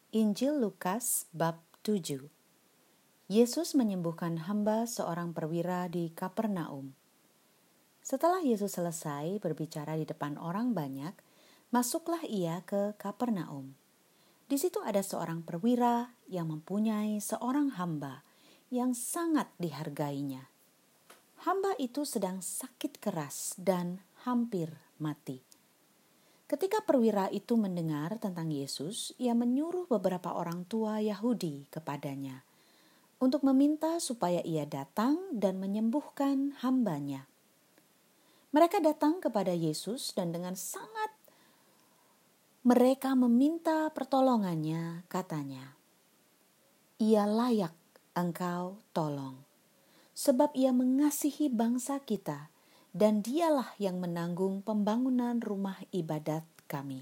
Injil Lukas bab 7. Yesus menyembuhkan hamba seorang perwira di Kapernaum. Setelah Yesus selesai berbicara di depan orang banyak, masuklah ia ke Kapernaum. Di situ ada seorang perwira yang mempunyai seorang hamba yang sangat dihargainya. Hamba itu sedang sakit keras dan hampir mati. Ketika perwira itu mendengar tentang Yesus, ia menyuruh beberapa orang tua Yahudi kepadanya untuk meminta supaya ia datang dan menyembuhkan hambanya. Mereka datang kepada Yesus dan dengan sangat mereka meminta pertolongannya, katanya, "Ia layak engkau tolong, sebab ia mengasihi bangsa kita dan dialah yang menanggung pembangunan rumah ibadat kami."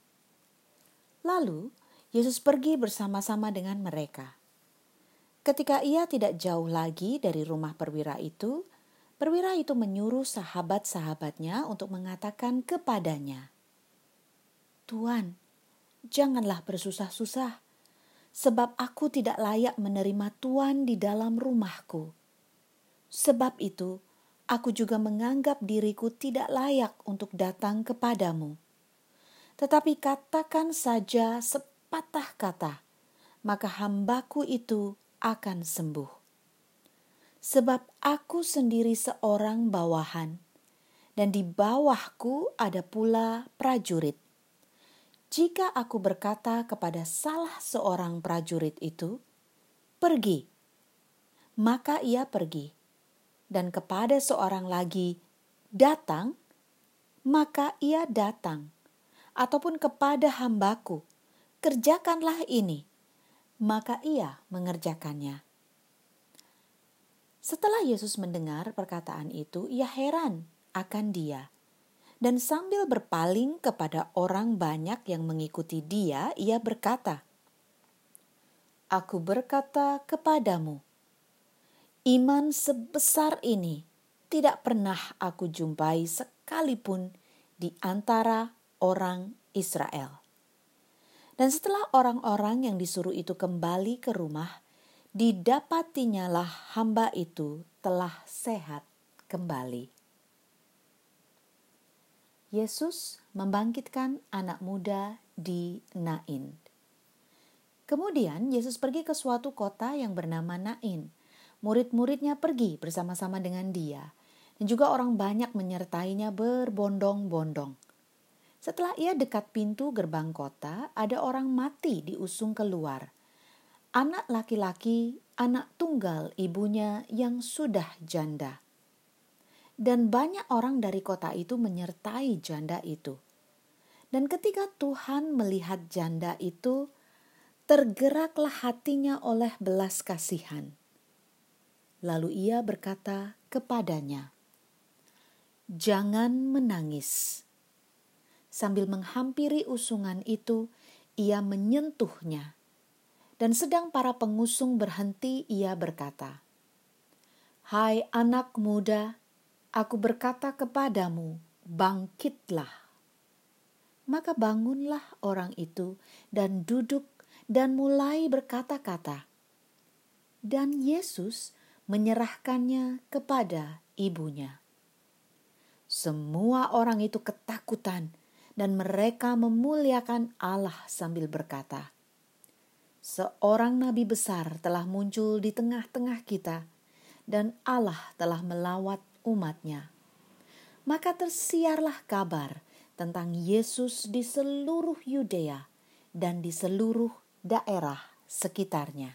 Lalu Yesus pergi bersama-sama dengan mereka. Ketika ia tidak jauh lagi dari rumah perwira itu menyuruh sahabat-sahabatnya untuk mengatakan kepadanya, "Tuan, janganlah bersusah-susah, sebab aku tidak layak menerima Tuan di dalam rumahku. Sebab itu, aku juga menganggap diriku tidak layak untuk datang kepadamu. Tetapi katakan saja sepatah kata, maka hambaku itu akan sembuh. Sebab aku sendiri seorang bawahan, dan di bawahku ada pula prajurit. Jika aku berkata kepada salah seorang prajurit itu, 'Pergi,' maka ia pergi. Dan kepada seorang lagi, 'Datang,' maka ia datang. Ataupun kepada hambaku, 'Kerjakanlah ini,' maka ia mengerjakannya." Setelah Yesus mendengar perkataan itu, ia heran akan dia. Dan sambil berpaling kepada orang banyak yang mengikuti dia, ia berkata, "Aku berkata kepadamu, iman sebesar ini tidak pernah aku jumpai sekalipun di antara orang Israel." Dan setelah orang-orang yang disuruh itu kembali ke rumah, didapatinya hamba itu telah sehat kembali. Yesus membangkitkan anak muda di Nain. Kemudian Yesus pergi ke suatu kota yang bernama Nain. Murid-muridnya pergi bersama-sama dengan dia, dan juga orang banyak menyertainya berbondong-bondong. Setelah ia dekat pintu gerbang kota, ada orang mati diusung keluar. Anak laki-laki, anak tunggal ibunya yang sudah janda. Dan banyak orang dari kota itu menyertai janda itu. Dan ketika Tuhan melihat janda itu, tergeraklah hatinya oleh belas kasihan. Lalu ia berkata kepadanya, "Jangan menangis." Sambil menghampiri usungan itu, ia menyentuhnya. Dan sedang para pengusung berhenti, ia berkata, "Hai anak muda, aku berkata kepadamu, bangkitlah." Maka bangunlah orang itu dan duduk dan mulai berkata-kata. Dan Yesus menyerahkannya kepada ibunya. Semua orang itu ketakutan dan mereka memuliakan Allah sambil berkata, "Seorang nabi besar telah muncul di tengah-tengah kita, dan Allah telah melawat umat-Nya." Maka tersiarlah kabar tentang Yesus di seluruh Yudea dan di seluruh daerah sekitarnya.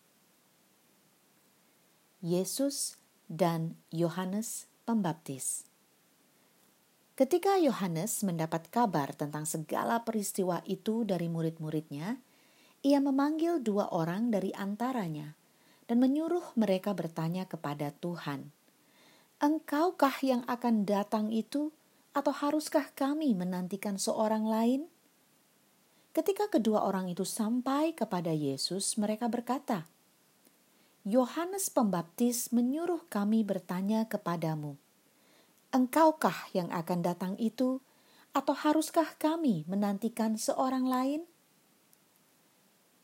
Yesus dan Yohanes Pembaptis. Ketika Yohanes mendapat kabar tentang segala peristiwa itu dari murid-muridnya, ia memanggil 2 orang dari antaranya dan menyuruh mereka bertanya kepada Tuhan, "Engkaukah yang akan datang itu, atau haruskah kami menantikan seorang lain?" Ketika kedua orang itu sampai kepada Yesus, mereka berkata, "Yohanes Pembaptis menyuruh kami bertanya kepadamu, engkaukah yang akan datang itu, atau haruskah kami menantikan seorang lain?"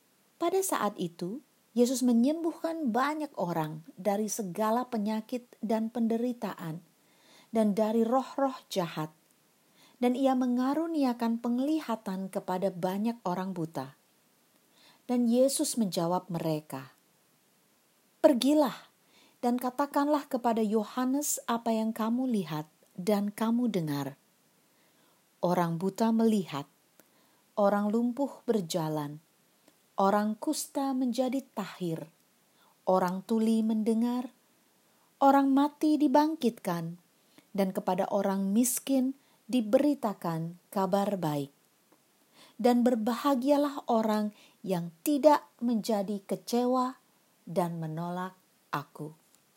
Pada saat itu, Yesus menyembuhkan banyak orang dari segala penyakit dan penderitaan dan dari roh-roh jahat. Dan ia mengaruniakan penglihatan kepada banyak orang buta. Dan Yesus menjawab mereka, "Pergilah dan katakanlah kepada Yohanes apa yang kamu lihat dan kamu dengar. Orang buta melihat, orang lumpuh berjalan, orang kusta menjadi tahir, orang tuli mendengar, orang mati dibangkitkan, dan kepada orang miskin diberitakan kabar baik. Dan berbahagialah orang yang tidak menjadi kecewa dan menolak aku."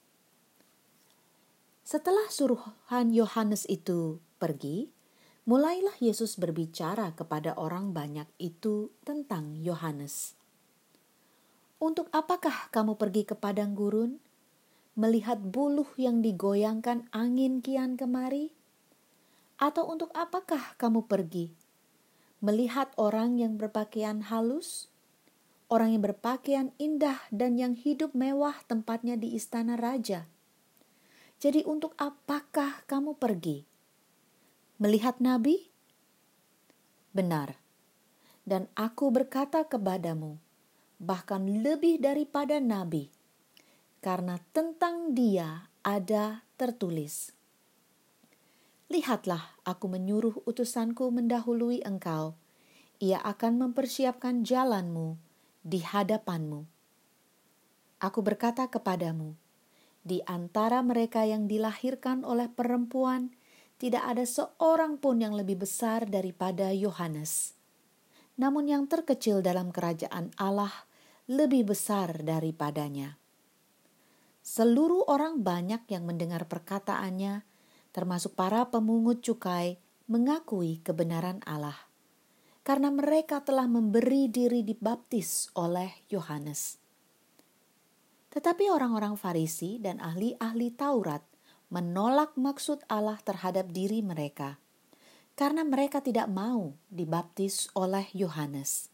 Setelah suruhan Yohanes itu pergi, mulailah Yesus berbicara kepada orang banyak itu tentang Yohanes. "Untuk apakah kamu pergi ke padang gurun, melihat buluh yang digoyangkan angin kian kemari? Atau untuk apakah kamu pergi, melihat orang yang berpakaian halus, orang yang berpakaian indah dan yang hidup mewah tempatnya di istana raja? Jadi untuk apakah kamu pergi? Melihat nabi? Benar, dan aku berkata kepadamu, bahkan lebih daripada nabi, karena tentang dia ada tertulis, 'Lihatlah, aku menyuruh utusanku mendahului engkau. Ia akan mempersiapkan jalanmu di hadapanmu.' Aku berkata kepadamu, di antara mereka yang dilahirkan oleh perempuan, tidak ada seorang pun yang lebih besar daripada Yohanes. Namun yang terkecil dalam kerajaan Allah lebih besar daripadanya." Seluruh orang banyak yang mendengar perkataannya, termasuk para pemungut cukai, mengakui kebenaran Allah, karena mereka telah memberi diri dibaptis oleh Yohanes. Tetapi orang-orang Farisi dan ahli-ahli Taurat menolak maksud Allah terhadap diri mereka, karena mereka tidak mau dibaptis oleh Yohanes.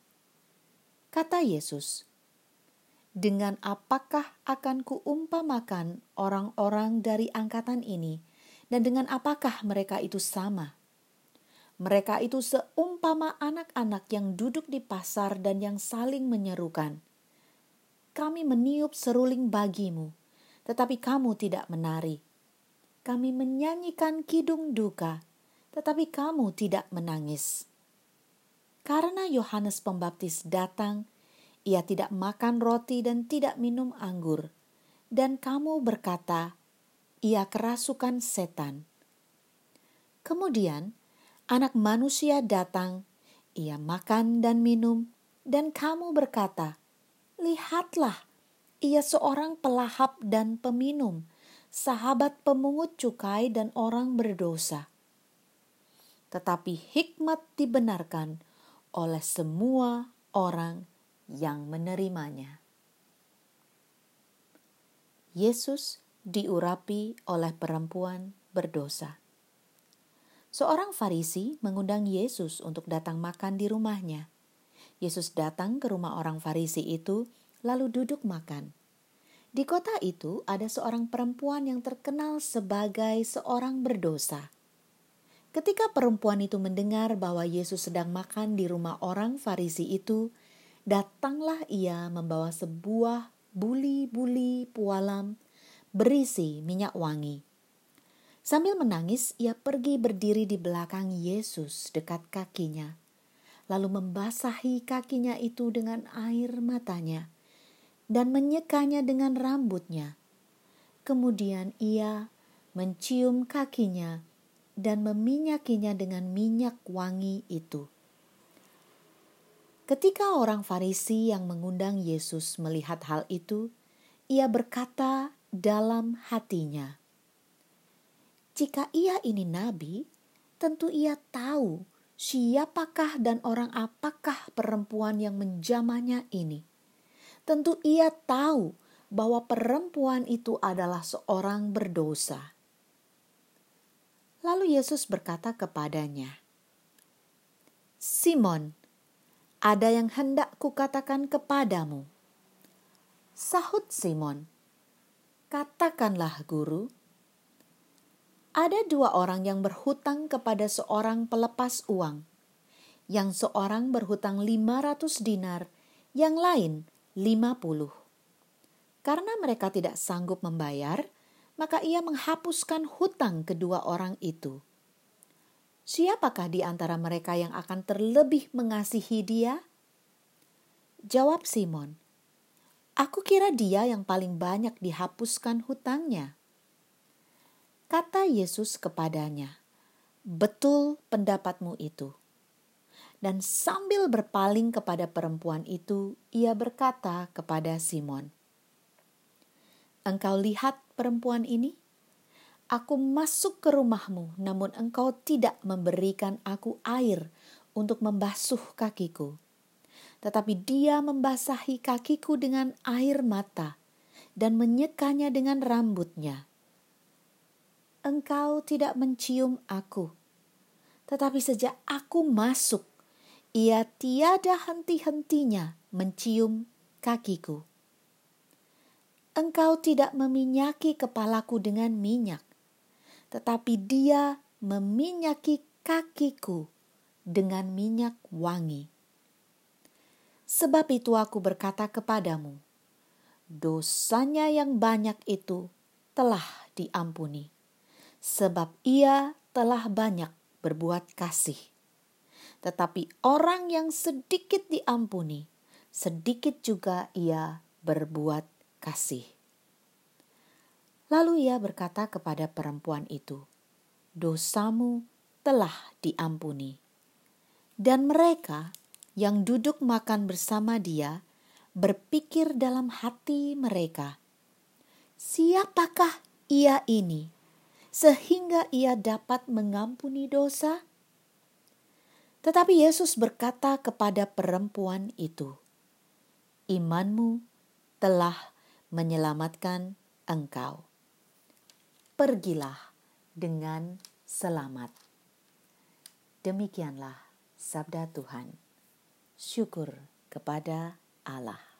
Kata Yesus, "Dengan apakah akan kuumpamakan orang-orang dari angkatan ini, dan dengan apakah mereka itu sama? Mereka itu seumpama anak-anak yang duduk di pasar dan yang saling menyerukan, 'Kami meniup seruling bagimu, tetapi kamu tidak menari. Kami menyanyikan kidung duka, tetapi kamu tidak menangis.' Karena Yohanes Pembaptis datang, ia tidak makan roti dan tidak minum anggur, dan kamu berkata, 'Ia kerasukan setan.' Kemudian Anak Manusia datang, ia makan dan minum, dan kamu berkata, 'Lihatlah, ia seorang pelahap dan peminum, sahabat pemungut cukai dan orang berdosa.' Tetapi hikmat dibenarkan oleh semua orang yang menerimanya." Yesus diurapi oleh perempuan berdosa. Seorang Farisi mengundang Yesus untuk datang makan di rumahnya. Yesus datang ke rumah orang Farisi itu, lalu duduk makan. Di kota itu ada seorang perempuan yang terkenal sebagai seorang berdosa. Ketika perempuan itu mendengar bahwa Yesus sedang makan di rumah orang Farisi itu, datanglah ia membawa sebuah buli-buli pualam berisi minyak wangi. Sambil menangis, ia pergi berdiri di belakang Yesus dekat kakinya, lalu membasahi kakinya itu dengan air matanya dan menyekanya dengan rambutnya. Kemudian ia mencium kakinya dan meminyakinya dengan minyak wangi itu. Ketika orang Farisi yang mengundang Yesus melihat hal itu, ia berkata dalam hatinya, "Jika ia ini nabi, tentu ia tahu siapakah dan orang apakah perempuan yang menjamahnya ini. Tentu ia tahu bahwa perempuan itu adalah seorang berdosa." Lalu Yesus berkata kepadanya, "Simon, ada yang hendak kukatakan kepadamu." Sahut Simon, "Katakanlah, Guru." Ada 2 orang yang berhutang kepada seorang pelepas uang. Yang seorang berhutang 500 dinar, yang lain 50. Karena mereka tidak sanggup membayar, maka ia menghapuskan hutang kedua orang itu. Siapakah di antara mereka yang akan terlebih mengasihi dia? Jawab Simon, "Aku kira dia yang paling banyak dihapuskan hutangnya." Kata Yesus kepadanya, "Betul pendapatmu itu." Dan sambil berpaling kepada perempuan itu, ia berkata kepada Simon, "Engkau lihat perempuan ini? Aku masuk ke rumahmu, namun engkau tidak memberikan aku air untuk membasuh kakiku. Tetapi dia membasahi kakiku dengan air mata dan menyekanya dengan rambutnya. Engkau tidak mencium aku, tetapi sejak aku masuk, ia tiada henti-hentinya mencium kakiku. Engkau tidak meminyaki kepalaku dengan minyak, tetapi dia meminyaki kakiku dengan minyak wangi. Sebab itu aku berkata kepadamu, dosanya yang banyak itu telah diampuni, sebab ia telah banyak berbuat kasih. Tetapi orang yang sedikit diampuni, sedikit juga ia berbuat kasih. Lalu ia berkata kepada perempuan itu, "Dosamu telah diampuni." Dan mereka yang duduk makan bersama dia berpikir dalam hati mereka, "Siapakah ia ini, sehingga ia dapat mengampuni dosa?" Tetapi Yesus berkata kepada perempuan itu, "Imanmu telah menyelamatkan engkau. Pergilah dengan selamat." Demikianlah sabda Tuhan. Syukur kepada Allah.